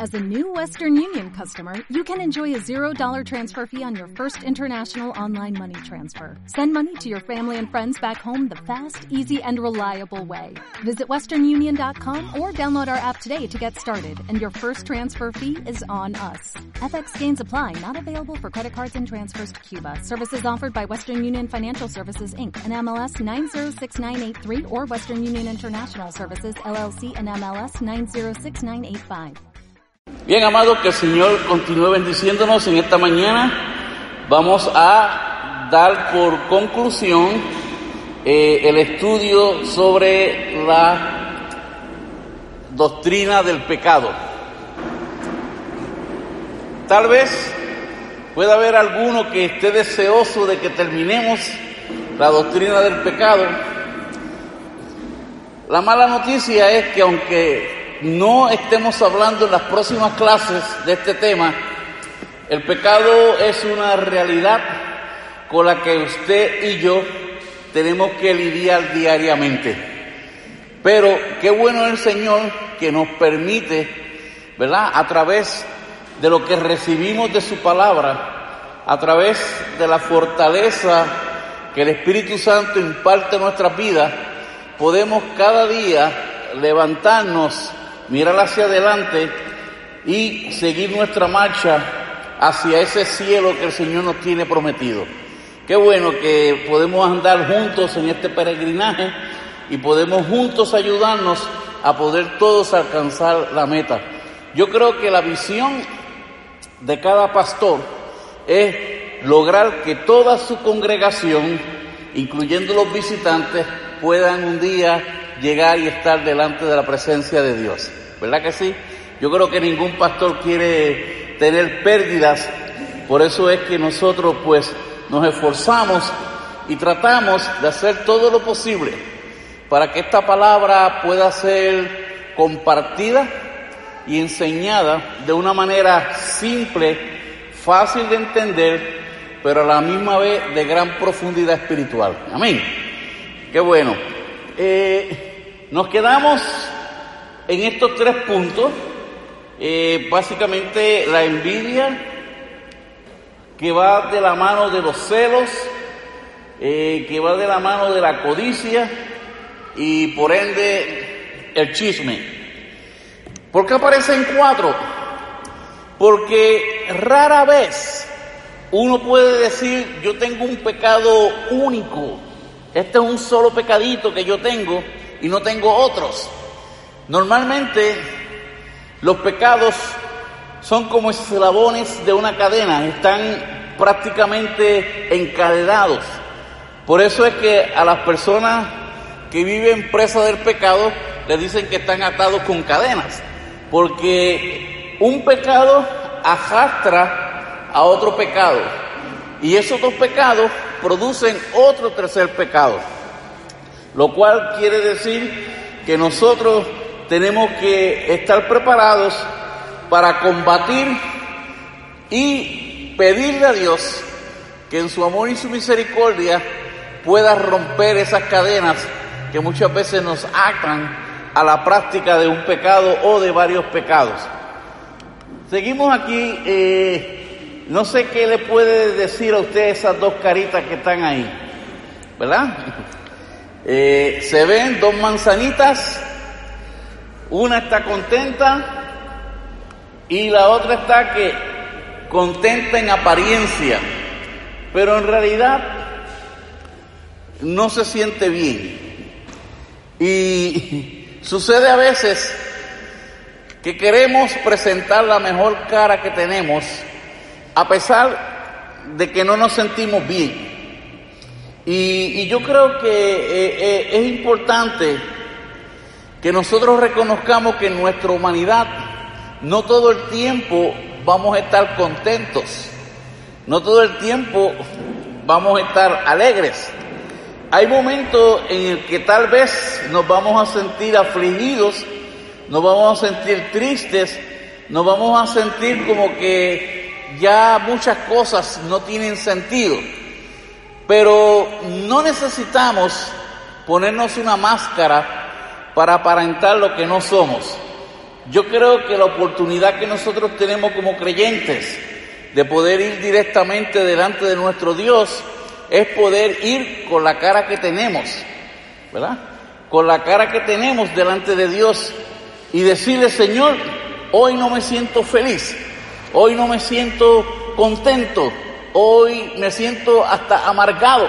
As a new Western Union customer, you can enjoy a $0 transfer fee on your first international online money transfer. Send money to your family and friends back home the fast, easy, and reliable way. Visit westernunion.com or download our app today to get started, and your first transfer fee is on us. FX gains apply, not available for credit cards and transfers to Cuba. Services offered by Western Union Financial Services, Inc., and MLS 906983, or Western Union International Services, LLC, and MLS 906985. Bien, amados, que el Señor continúe bendiciéndonos en esta mañana. Vamos a dar por conclusión el estudio sobre la doctrina del pecado. Tal vez pueda haber alguno que esté deseoso de que terminemos la doctrina del pecado. La mala noticia es que aunque no estemos hablando en las próximas clases de este tema, el pecado es una realidad con la que usted y yo tenemos que lidiar diariamente. Pero qué bueno el Señor que nos permite, ¿verdad?, a través de lo que recibimos de su palabra, a través de la fortaleza que el Espíritu Santo imparte en nuestras vidas, podemos cada día levantarnos, mirar hacia adelante y seguir nuestra marcha hacia ese cielo que el Señor nos tiene prometido. Qué bueno que podemos andar juntos en este peregrinaje y podemos juntos ayudarnos a poder todos alcanzar la meta. Yo creo que la visión de cada pastor es lograr que toda su congregación, incluyendo los visitantes, puedan un día llegar y estar delante de la presencia de Dios. ¿Verdad que sí? Yo creo que ningún pastor quiere tener pérdidas. Por eso es que nosotros pues nos esforzamos y tratamos de hacer todo lo posible para que esta palabra pueda ser compartida y enseñada de una manera simple, fácil de entender, pero a la misma vez de gran profundidad espiritual. Amén. Qué bueno. Nos quedamos en estos 3 puntos. Básicamente la envidia, que va de la mano de los celos, que va de la mano de la codicia y por ende el chisme. ¿Por qué aparecen 4? Porque rara vez uno puede decir: yo tengo un pecado único, este es un solo pecadito que yo tengo y no tengo otros. Normalmente los pecados son como eslabones de una cadena, están prácticamente encadenados. Por eso es que a las personas que viven presas del pecado les dicen que están atados con cadenas, porque un pecado arrastra a otro pecado y esos 2 pecados producen otro tercer pecado, lo cual quiere decir que nosotros tenemos que estar preparados para combatir y pedirle a Dios que en su amor y su misericordia pueda romper esas cadenas que muchas veces nos atan a la práctica de un pecado o de varios pecados. Seguimos aquí. No sé qué le puede decir a usted esas 2 caritas que están ahí, ¿verdad? Se ven 2 manzanitas, una está contenta y la otra está que contenta en apariencia, pero en realidad no se siente bien. Y sucede a veces que queremos presentar la mejor cara que tenemos a pesar de que no nos sentimos bien. Y yo creo que es importante que nosotros reconozcamos que en nuestra humanidad no todo el tiempo vamos a estar contentos, no todo el tiempo vamos a estar alegres. Hay momentos en el que tal vez nos vamos a sentir afligidos, nos vamos a sentir tristes, nos vamos a sentir como que ya muchas cosas no tienen sentido. Pero no necesitamos ponernos una máscara para aparentar lo que no somos. Yo creo que la oportunidad que nosotros tenemos como creyentes de poder ir directamente delante de nuestro Dios es poder ir con la cara que tenemos, ¿verdad? Con la cara que tenemos delante de Dios y decirle: Señor, hoy no me siento feliz, hoy no me siento contento, hoy me siento hasta amargado.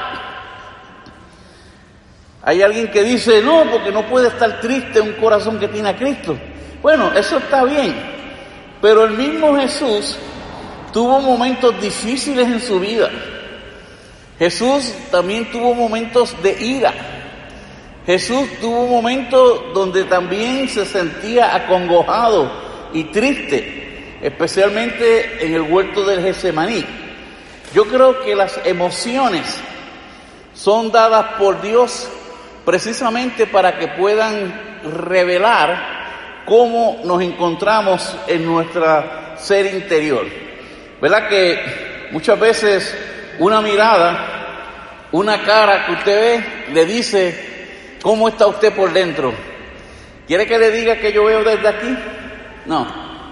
Hay alguien que dice: no, porque no puede estar triste un corazón que tiene a Cristo. Bueno, eso está bien, pero el mismo Jesús tuvo momentos difíciles en su vida. Jesús también tuvo momentos de ira. Jesús tuvo momentos donde también se sentía acongojado y triste, especialmente en el huerto del Getsemaní. Yo creo que las emociones son dadas por Dios precisamente para que puedan revelar cómo nos encontramos en nuestro ser interior. ¿Verdad que muchas veces una mirada, una cara que usted ve, le dice cómo está usted por dentro? ¿Quiere que le diga que yo veo desde aquí? No.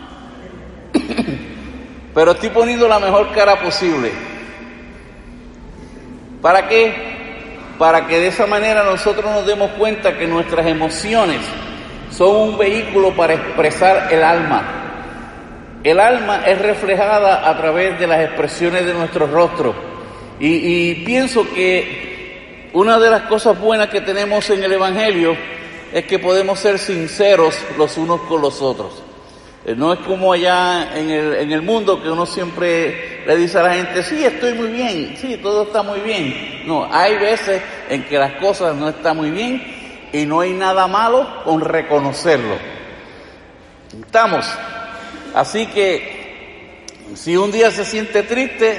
Pero estoy poniendo la mejor cara posible. ¿Para qué? Para que de esa manera nosotros nos demos cuenta que nuestras emociones son un vehículo para expresar el alma. El alma es reflejada a través de las expresiones de nuestro rostro. Y pienso que una de las cosas buenas que tenemos en el Evangelio es que podemos ser sinceros los unos con los otros. No es como allá en el mundo que uno siempre le dice a la gente: sí, estoy muy bien, sí, todo está muy bien. No, hay veces en que las cosas no están muy bien y no hay nada malo con reconocerlo. ¿Estamos? Así que si un día se siente triste,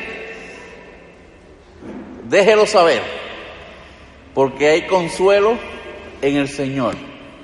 déjelo saber, porque hay consuelo en el Señor.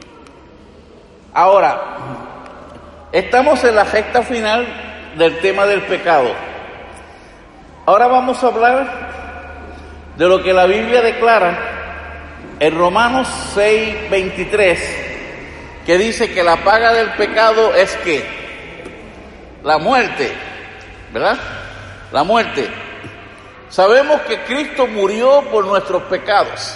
Ahora, estamos en la recta final del tema del pecado. Ahora vamos a hablar de lo que la Biblia declara en Romanos 6:23, que dice que la paga del pecado es ¿qué? La muerte, ¿verdad? La muerte. Sabemos que Cristo murió por nuestros pecados.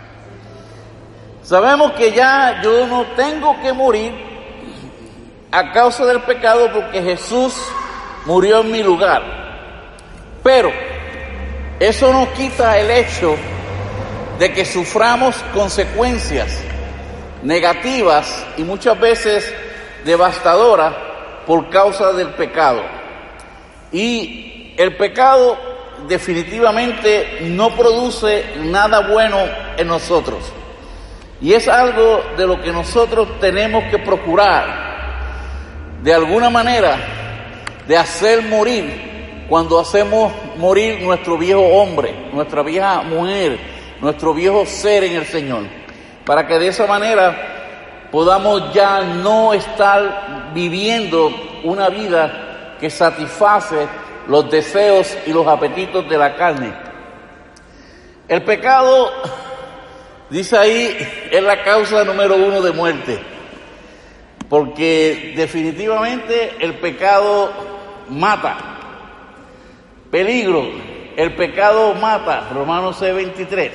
Sabemos que ya yo no tengo que morir a causa del pecado porque Jesús murió en mi lugar. Pero eso no quita el hecho de que suframos consecuencias negativas y muchas veces devastadoras por causa del pecado. Y el pecado definitivamente no produce nada bueno en nosotros. Y es algo de lo que nosotros tenemos que procurar, de alguna manera, de hacer morir cuando hacemos morir nuestro viejo hombre, nuestra vieja mujer, nuestro viejo ser en el Señor, para que de esa manera podamos ya no estar viviendo una vida que satisface los deseos y los apetitos de la carne. El pecado, dice ahí, es la causa número 1 de muerte, porque definitivamente el pecado mata. Peligro, el pecado mata, Romanos 6:23.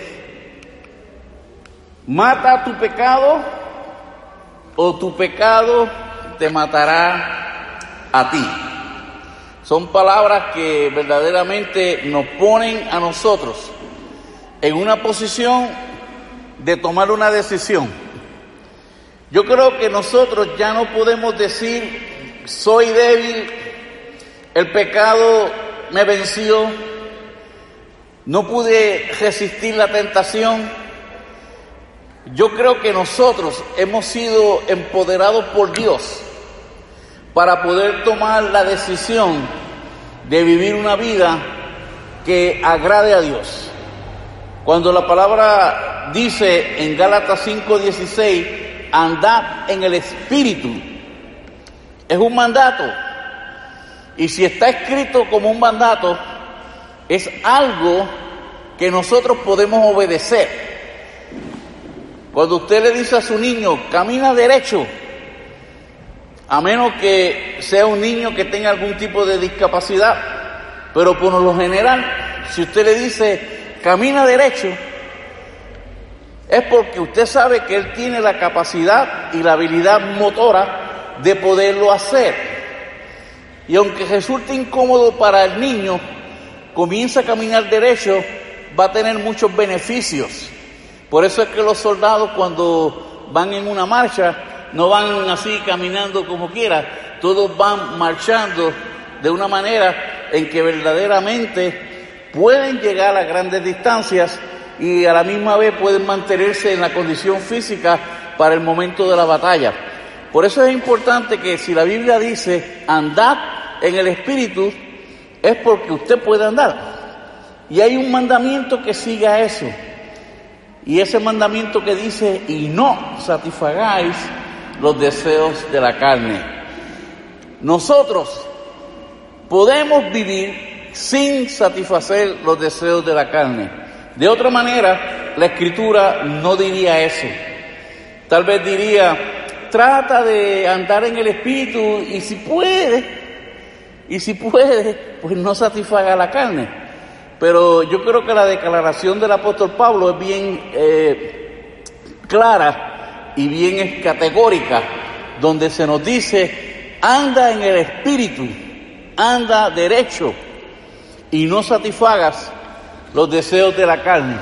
¿Mata tu pecado o tu pecado te matará a ti? Son palabras que verdaderamente nos ponen a nosotros en una posición de tomar una decisión. Yo creo que nosotros ya no podemos decir: soy débil, el pecado me venció, no pude resistir la tentación. Yo creo que nosotros hemos sido empoderados por Dios para poder tomar la decisión de vivir una vida que agrade a Dios. Cuando la palabra dice en Gálatas 5:16, andad en el Espíritu, es un mandato. Y si está escrito como un mandato, es algo que nosotros podemos obedecer. Cuando usted le dice a su niño, camina derecho, a menos que sea un niño que tenga algún tipo de discapacidad. Pero por lo general, si usted le dice camina derecho, es porque usted sabe que él tiene la capacidad y la habilidad motora de poderlo hacer. Y aunque resulte incómodo para el niño, comienza a caminar derecho, va a tener muchos beneficios. Por eso es que los soldados, cuando van en una marcha, no van así caminando como quiera, todos van marchando de una manera en que verdaderamente pueden llegar a grandes distancias y a la misma vez pueden mantenerse en la condición física para el momento de la batalla. Por eso es importante que si la Biblia dice andad en el Espíritu, es porque usted puede andar. Y hay un mandamiento que sigue a eso. Y ese mandamiento que dice, y no satisfagáis los deseos de la carne. Nosotros podemos vivir sin satisfacer los deseos de la carne. De otra manera, la Escritura no diría eso. Tal vez diría, trata de andar en el Espíritu y si puede, pues no satisfaga la carne. Pero yo creo que la declaración del apóstol Pablo es bien clara y bien categórica, donde se nos dice, anda en el Espíritu, anda derecho y no satisfagas los deseos de la carne.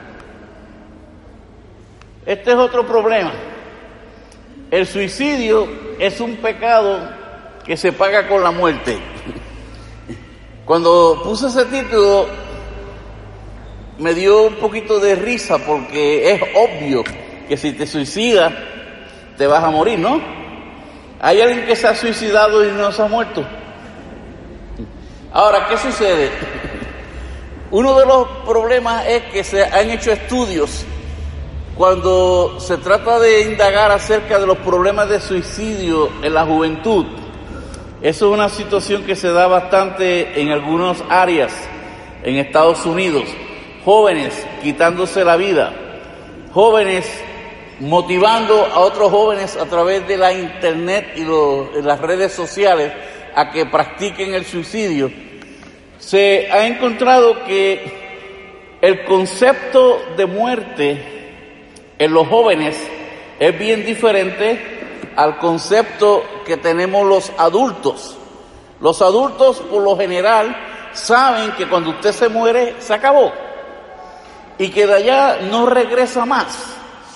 Este es otro problema. El suicidio es un pecado que se paga con la muerte. Cuando puse ese título me dio un poquito de risa porque es obvio que si te suicidas te vas a morir, ¿no? ¿Hay alguien que se ha suicidado y no se ha muerto? Ahora, ¿qué sucede? Uno de los problemas es que se han hecho estudios cuando se trata de indagar acerca de los problemas de suicidio en la juventud. Eso es una situación que se da bastante en algunas áreas en Estados Unidos. Jóvenes quitándose la vida, jóvenes motivando a otros jóvenes a través de la internet y las redes sociales a que practiquen el suicidio. Se ha encontrado que el concepto de muerte en los jóvenes es bien diferente al concepto que tenemos los adultos. Los adultos, por lo general, saben que cuando usted se muere, se acabó. Y que de allá no regresa más.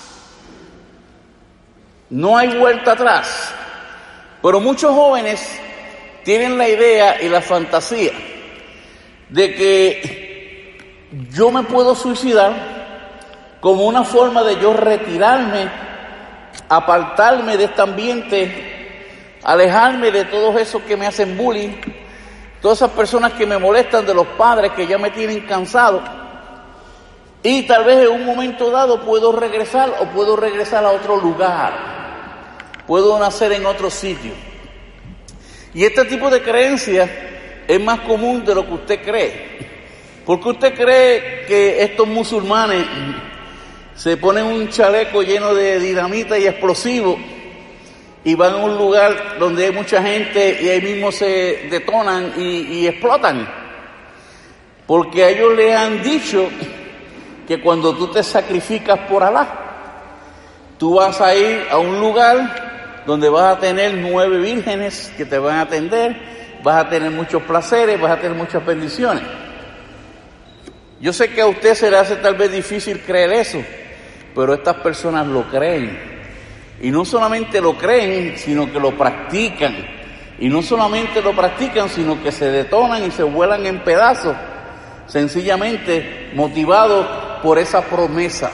No hay vuelta atrás. Pero muchos jóvenes tienen la idea y la fantasía de que yo me puedo suicidar como una forma de yo retirarme, apartarme de este ambiente, alejarme de todos esos que me hacen bullying, todas esas personas que me molestan, de los padres que ya me tienen cansado, y tal vez en un momento dado puedo regresar o puedo regresar a otro lugar, puedo nacer en otro sitio. Y este tipo de creencias es más común de lo que usted cree. ¿Por qué usted cree que estos musulmanes se ponen un chaleco lleno de dinamita y explosivos y van a un lugar donde hay mucha gente y ahí mismo se detonan y explotan? Porque a ellos les han dicho que cuando tú te sacrificas por Alá, tú vas a ir a un lugar donde vas a tener 9 vírgenes que te van a atender, vas a tener muchos placeres, vas a tener muchas bendiciones. Yo sé que a usted se le hace tal vez difícil creer eso, pero estas personas lo creen. Y no solamente lo creen, sino que lo practican. Y no solamente lo practican, sino que se detonan y se vuelan en pedazos, sencillamente motivados por esa promesa.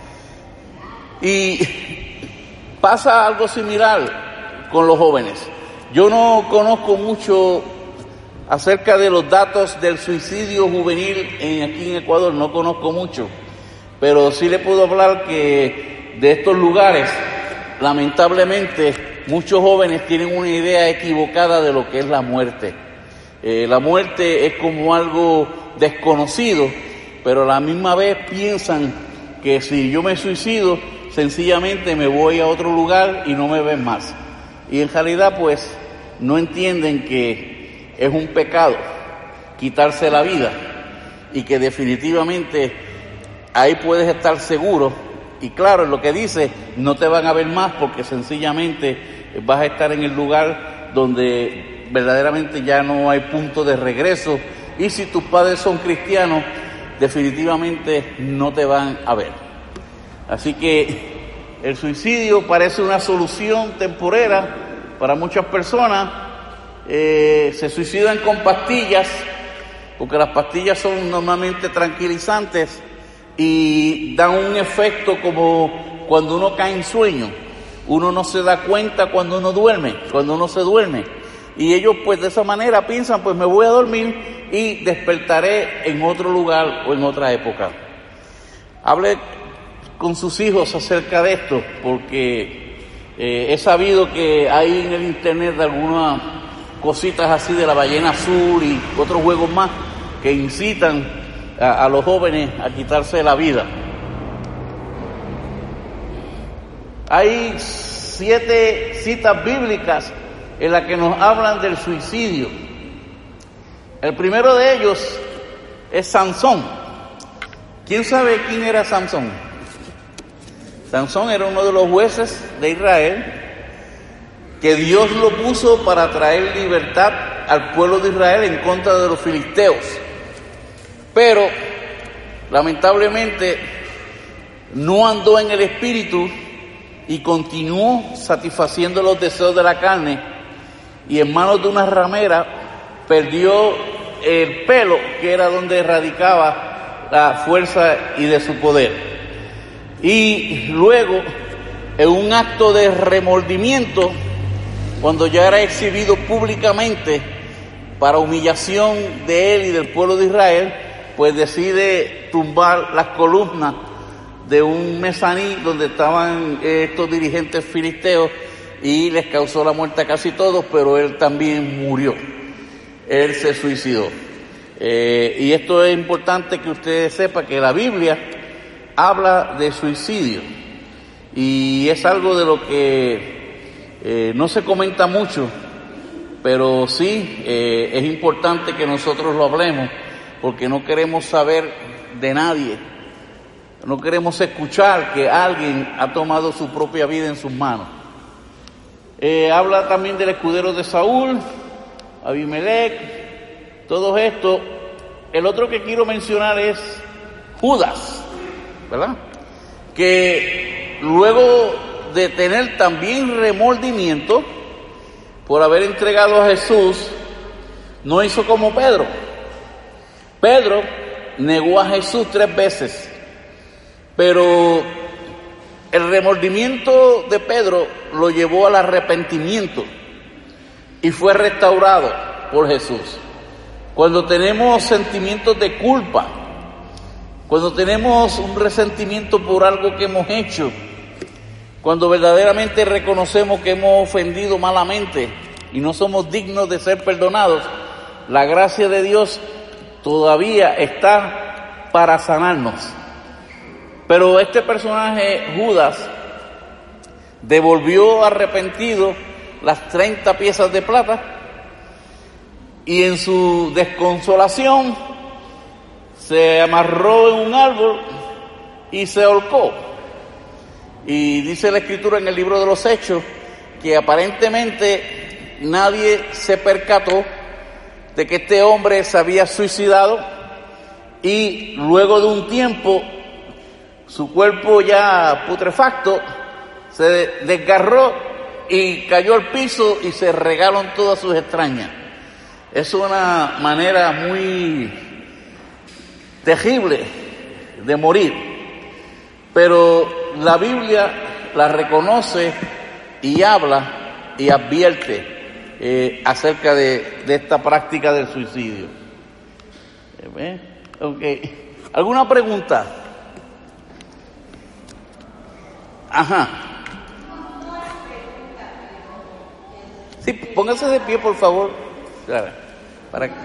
Y pasa algo similar con los jóvenes. Yo no conozco mucho acerca de los datos del suicidio juvenil aquí en Ecuador, no conozco mucho, pero sí le puedo hablar que de estos lugares, lamentablemente, muchos jóvenes tienen una idea equivocada de lo que es la muerte. La muerte es como algo desconocido, pero a la misma vez piensan que si yo me suicido, sencillamente me voy a otro lugar y no me ven más. y en realidad pues no entienden que es un pecado quitarse la vida y que definitivamente ahí puedes estar seguro. Y claro, en lo que dice, no te van a ver más porque sencillamente vas a estar en el lugar donde verdaderamente ya no hay punto de regreso, y si tus padres son cristianos, definitivamente no te van a ver. Así que el suicidio parece una solución temporera para muchas personas. Se suicidan con pastillas, porque las pastillas son normalmente tranquilizantes y dan un efecto como cuando uno cae en sueño. Uno no se da cuenta cuando uno se duerme. Y ellos pues de esa manera piensan, pues me voy a dormir y despertaré en otro lugar o en otra época. Hable con sus hijos acerca de esto, porque he sabido que hay en el internet algunas cositas así de la ballena azul y otros juegos más que incitan a los jóvenes a quitarse la vida. Hay 7 citas bíblicas en las que nos hablan del suicidio. El primero de ellos es Sansón. ¿Quién sabe quién era Sansón? Sansón era uno de los jueces de Israel que Dios lo puso para traer libertad al pueblo de Israel en contra de los filisteos. Pero lamentablemente no andó en el espíritu y continuó satisfaciendo los deseos de la carne, y en manos de una ramera perdió el pelo, que era donde radicaba la fuerza y de su poder. Y luego, en un acto de remordimiento, cuando ya era exhibido públicamente para humillación de él y del pueblo de Israel, pues decide tumbar las columnas de un mezaní donde estaban estos dirigentes filisteos, y les causó la muerte a casi todos, pero él también murió. Él se suicidó. Y esto es importante que ustedes sepan, que la Biblia habla de suicidio, y es algo de lo que no se comenta mucho, pero sí es importante que nosotros lo hablemos, porque no queremos saber de nadie, no queremos escuchar que alguien ha tomado su propia vida en sus manos. Habla también del escudero de Saúl, Abimelech, todo esto. El otro que quiero mencionar es Judas, ¿verdad? Que luego de tener también remordimiento por haber entregado a Jesús, no hizo como Pedro. Pedro negó a Jesús 3 veces, pero el remordimiento de Pedro lo llevó al arrepentimiento y fue restaurado por Jesús. Cuando tenemos sentimientos de culpa, cuando tenemos un resentimiento por algo que hemos hecho, cuando verdaderamente reconocemos que hemos ofendido malamente y no somos dignos de ser perdonados, la gracia de Dios todavía está para sanarnos. Pero este personaje, Judas, devolvió arrepentido las 30 piezas de plata, y en su desconsolación se amarró en un árbol y se ahorcó. Y dice la Escritura en el libro de los Hechos que aparentemente nadie se percató de que este hombre se había suicidado, y luego de un tiempo su cuerpo ya putrefacto se desgarró y cayó al piso y se regaron todas sus extrañas. Es una manera muy terrible de morir, pero la Biblia la reconoce y habla y advierte acerca de esta práctica del suicidio. Okay. ¿Alguna pregunta? Ajá. Sí, póngase de pie, por favor. Claro, para que...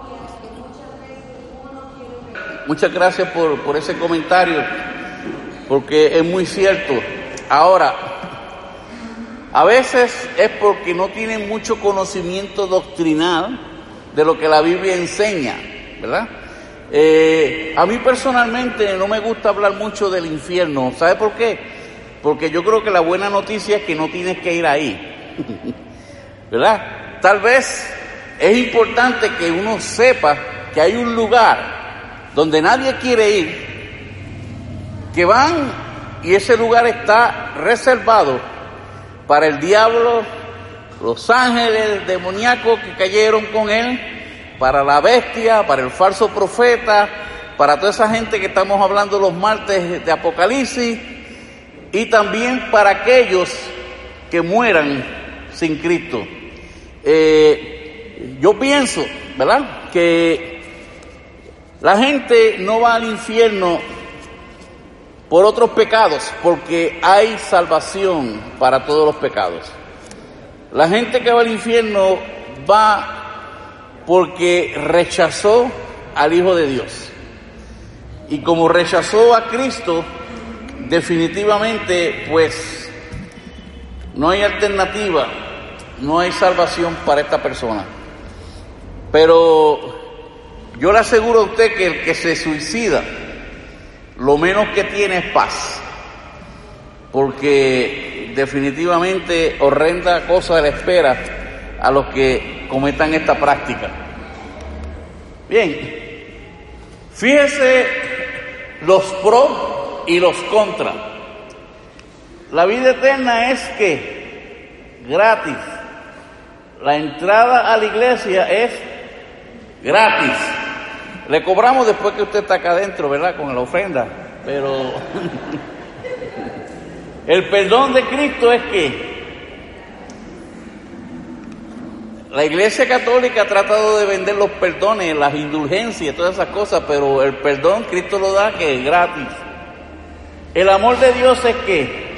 Muchas gracias por ese comentario, porque es muy cierto. Ahora, a veces es porque no tienen mucho conocimiento doctrinal de lo que la Biblia enseña, ¿verdad? A mí personalmente no me gusta hablar mucho del infierno. ¿Sabe por qué? Porque yo creo que la buena noticia es que no tienes que ir ahí, ¿verdad? Tal vez es importante que uno sepa que hay un lugar donde nadie quiere ir, que van y ese lugar está reservado para el diablo, los ángeles demoníacos que cayeron con él, para la bestia, para el falso profeta, para toda esa gente que estamos hablando los martes de Apocalipsis, y también para aquellos que mueran sin Cristo. Yo pienso, ¿verdad?, que la gente no va al infierno por otros pecados, porque hay salvación para todos los pecados. La gente que va al infierno va porque rechazó al Hijo de Dios. Y como rechazó a Cristo, definitivamente, pues, no hay alternativa, no hay salvación para esta persona. Pero yo le aseguro a usted que el que se suicida, lo menos que tiene es paz, porque definitivamente horrenda cosa le espera a los que cometan esta práctica. Bien, fíjese los pros y los contras. La vida eterna es que gratis. La entrada a la iglesia es gratis. Le cobramos después que usted está acá adentro, ¿verdad?, con la ofrenda, pero el perdón de Cristo es que la Iglesia Católica ha tratado de vender los perdones, las indulgencias, todas esas cosas, pero el perdón Cristo lo da, que es gratis. El amor de Dios es que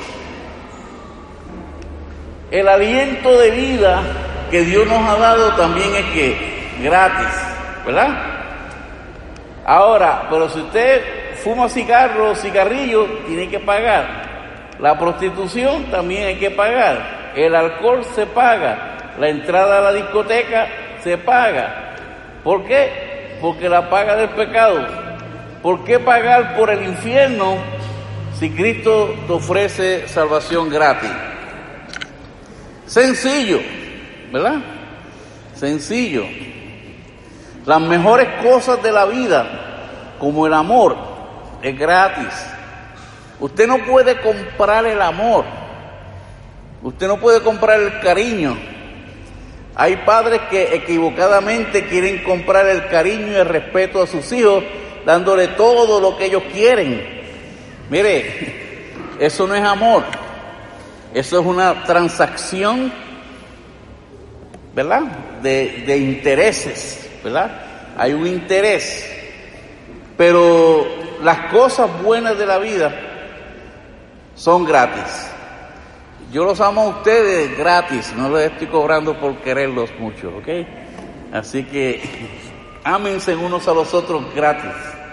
el aliento de vida que Dios nos ha dado también es que gratis, ¿verdad? Ahora, pero si usted fuma cigarrillo, tiene que pagar. La prostitución también hay que pagar. El alcohol se paga. La entrada a la discoteca se paga. ¿Por qué? Porque la paga del pecado. ¿Por qué pagar por el infierno si Cristo te ofrece salvación gratis? Sencillo, ¿verdad? Sencillo. Las mejores cosas de la vida, como el amor, es gratis. Usted no puede comprar el amor. Usted no puede comprar el cariño. Hay padres que equivocadamente quieren comprar el cariño y el respeto a sus hijos, dándole todo lo que ellos quieren. Mire, eso no es amor. Eso es una transacción, ¿verdad?, de intereses, ¿verdad? Hay un interés. Pero las cosas buenas de la vida son gratis. Yo los amo a ustedes gratis, no les estoy cobrando por quererlos mucho, ¿ok? Así que ámense unos a los otros gratis.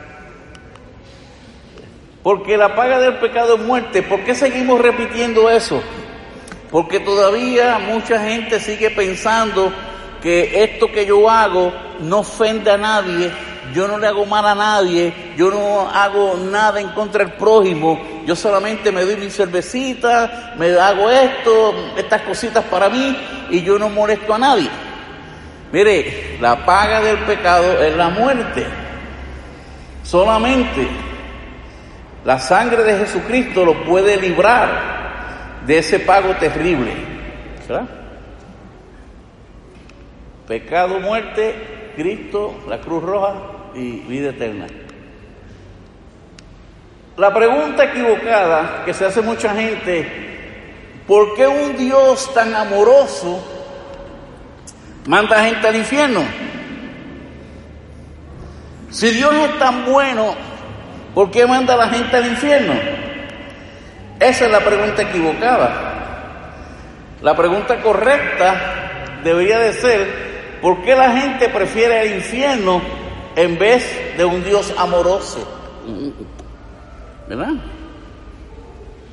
Porque la paga del pecado es muerte. ¿Por qué seguimos repitiendo eso? Porque todavía mucha gente sigue pensando que esto que yo hago no ofende a nadie, yo no le hago mal a nadie, yo no hago nada en contra del prójimo, yo solamente me doy mi cervecita, me hago estas cositas para mí y yo no molesto a nadie. Mire, la paga del pecado es la muerte. Solamente la sangre de Jesucristo lo puede librar de ese pago terrible, ¿verdad? Pecado, muerte, Cristo, la cruz roja y vida eterna. La pregunta equivocada que se hace mucha gente: ¿por qué un Dios tan amoroso manda gente al infierno? Si Dios es tan bueno, ¿por qué manda a la gente al infierno? Esa es la pregunta equivocada. La pregunta correcta debería de ser: ¿por qué la gente prefiere el infierno en vez de un Dios amoroso? ¿Verdad?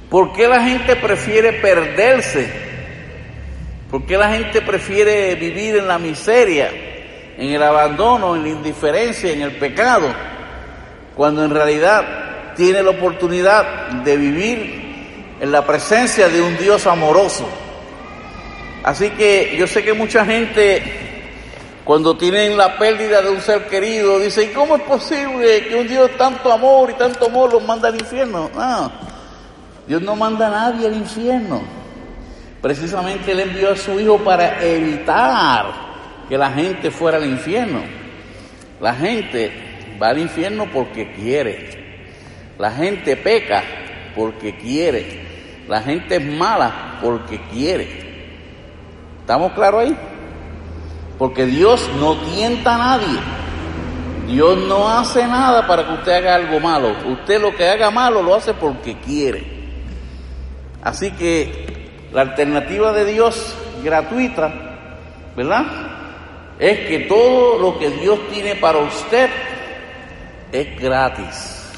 ¿Por qué la gente prefiere perderse? ¿Por qué la gente prefiere vivir en la miseria, en el abandono, en la indiferencia, en el pecado, cuando en realidad tiene la oportunidad de vivir en la presencia de un Dios amoroso? Así que yo sé que mucha gente, cuando tienen la pérdida de un ser querido, dice: ¿y cómo es posible que un Dios tanto amor y tanto amor los manda al infierno? No, Dios no manda a nadie al infierno. Precisamente Él envió a su Hijo para evitar que la gente fuera al infierno. La gente va al infierno porque quiere. La gente peca porque quiere. La gente es mala porque quiere. ¿Estamos claros ahí? Porque Dios no tienta a nadie. Dios no hace nada para que usted haga algo malo. Usted lo que haga malo lo hace porque quiere. Así que la alternativa de Dios gratuita, ¿verdad?, es que todo lo que Dios tiene para usted es gratis.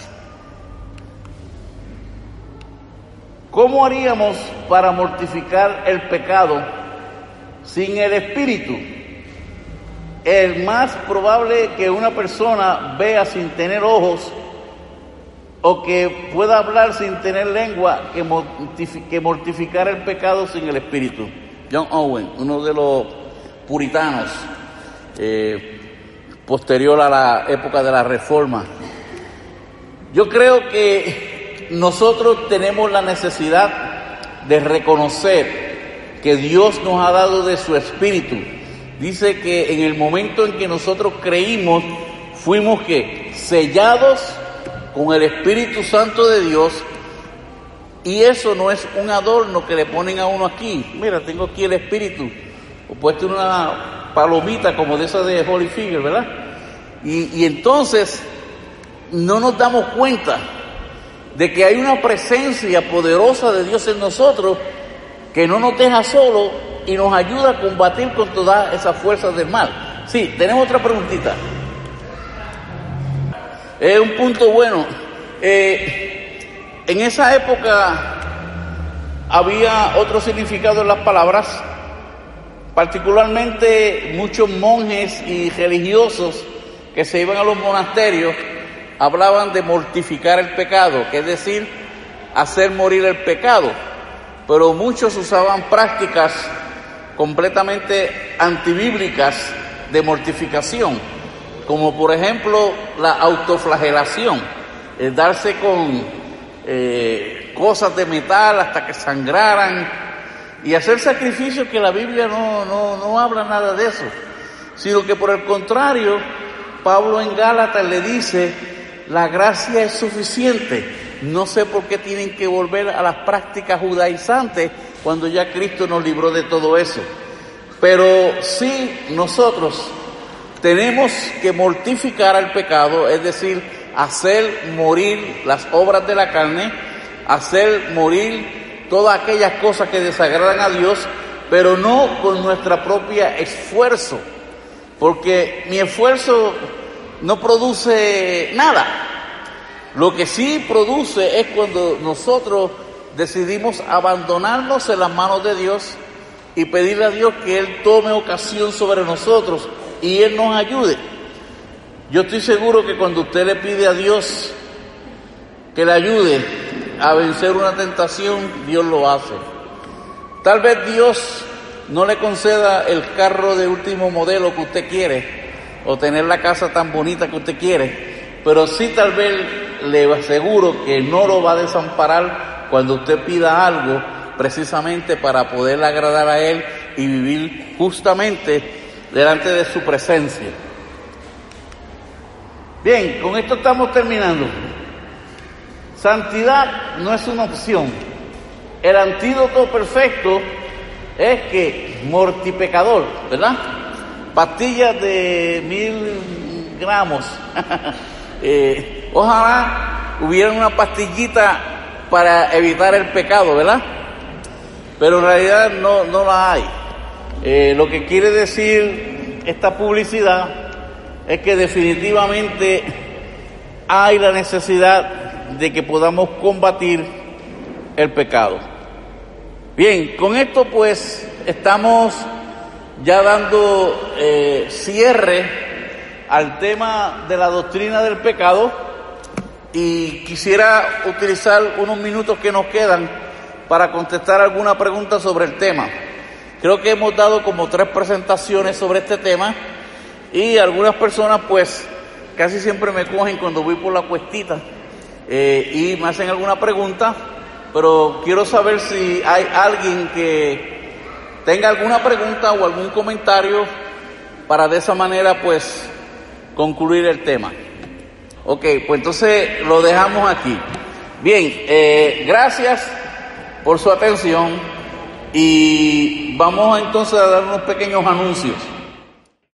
¿Cómo haríamos para mortificar el pecado sin el Espíritu? Es más probable que una persona vea sin tener ojos o que pueda hablar sin tener lengua que mortificar el pecado sin el Espíritu. John Owen, uno de los puritanos posterior a la época de la Reforma. Yo creo que nosotros tenemos la necesidad de reconocer que Dios nos ha dado de su Espíritu. Dice que en el momento en que nosotros creímos, fuimos ¿qué? Sellados con el Espíritu Santo de Dios. Y eso no es un adorno que le ponen a uno aquí. Mira, tengo aquí el Espíritu. O puesto una palomita como de esa de Holy Figure, ¿verdad? Y entonces no nos damos cuenta de que hay una presencia poderosa de Dios en nosotros que no nos deja solos y nos ayuda a combatir con todas esas fuerzas del mal. Sí, tenemos otra preguntita. Es un punto bueno. En esa época había otro significado en las palabras, particularmente muchos monjes y religiosos que se iban a los monasterios hablaban de mortificar el pecado, que es decir, hacer morir el pecado, pero muchos usaban prácticas completamente antibíblicas de mortificación, como por ejemplo la autoflagelación, el darse con cosas de metal hasta que sangraran y hacer sacrificios que la Biblia no habla nada de eso, sino que por el contrario, Pablo en Gálatas le dice: la gracia es suficiente. No sé por qué tienen que volver a las prácticas judaizantes cuando ya Cristo nos libró de todo eso. Pero sí, nosotros tenemos que mortificar al pecado, es decir, hacer morir las obras de la carne, hacer morir todas aquellas cosas que desagradan a Dios, pero no con nuestra propia esfuerzo, porque mi esfuerzo no produce nada. Lo que sí produce es cuando nosotros decidimos abandonarnos en las manos de Dios y pedirle a Dios que Él tome ocasión sobre nosotros y Él nos ayude. Yo estoy seguro que cuando usted le pide a Dios que le ayude a vencer una tentación, Dios lo hace. Tal vez Dios no le conceda el carro de último modelo que usted quiere o tener la casa tan bonita que usted quiere, pero sí tal vez le aseguro que no lo va a desamparar cuando usted pida algo precisamente para poder agradar a Él y vivir justamente delante de su presencia. Bien, con esto estamos terminando. Santidad no es una opción. El antídoto perfecto es que mortipecador, ¿verdad? Pastillas de 1000 gramos. Ojalá hubiera una pastillita para evitar el pecado, ¿verdad? Pero en realidad no la hay. Lo que quiere decir esta publicidad es que definitivamente hay la necesidad de que podamos combatir el pecado. Bien, con esto pues estamos ya dando cierre al tema de la doctrina del pecado y quisiera utilizar unos minutos que nos quedan para contestar alguna pregunta sobre el tema. Creo que hemos dado como 3 presentaciones sobre este tema y algunas personas pues casi siempre me cogen cuando voy por la cuestita y me hacen alguna pregunta, pero quiero saber si hay alguien que tenga alguna pregunta o algún comentario para de esa manera pues concluir el tema. Ok, pues entonces lo dejamos aquí. Bien, gracias por su atención y vamos entonces a dar unos pequeños anuncios.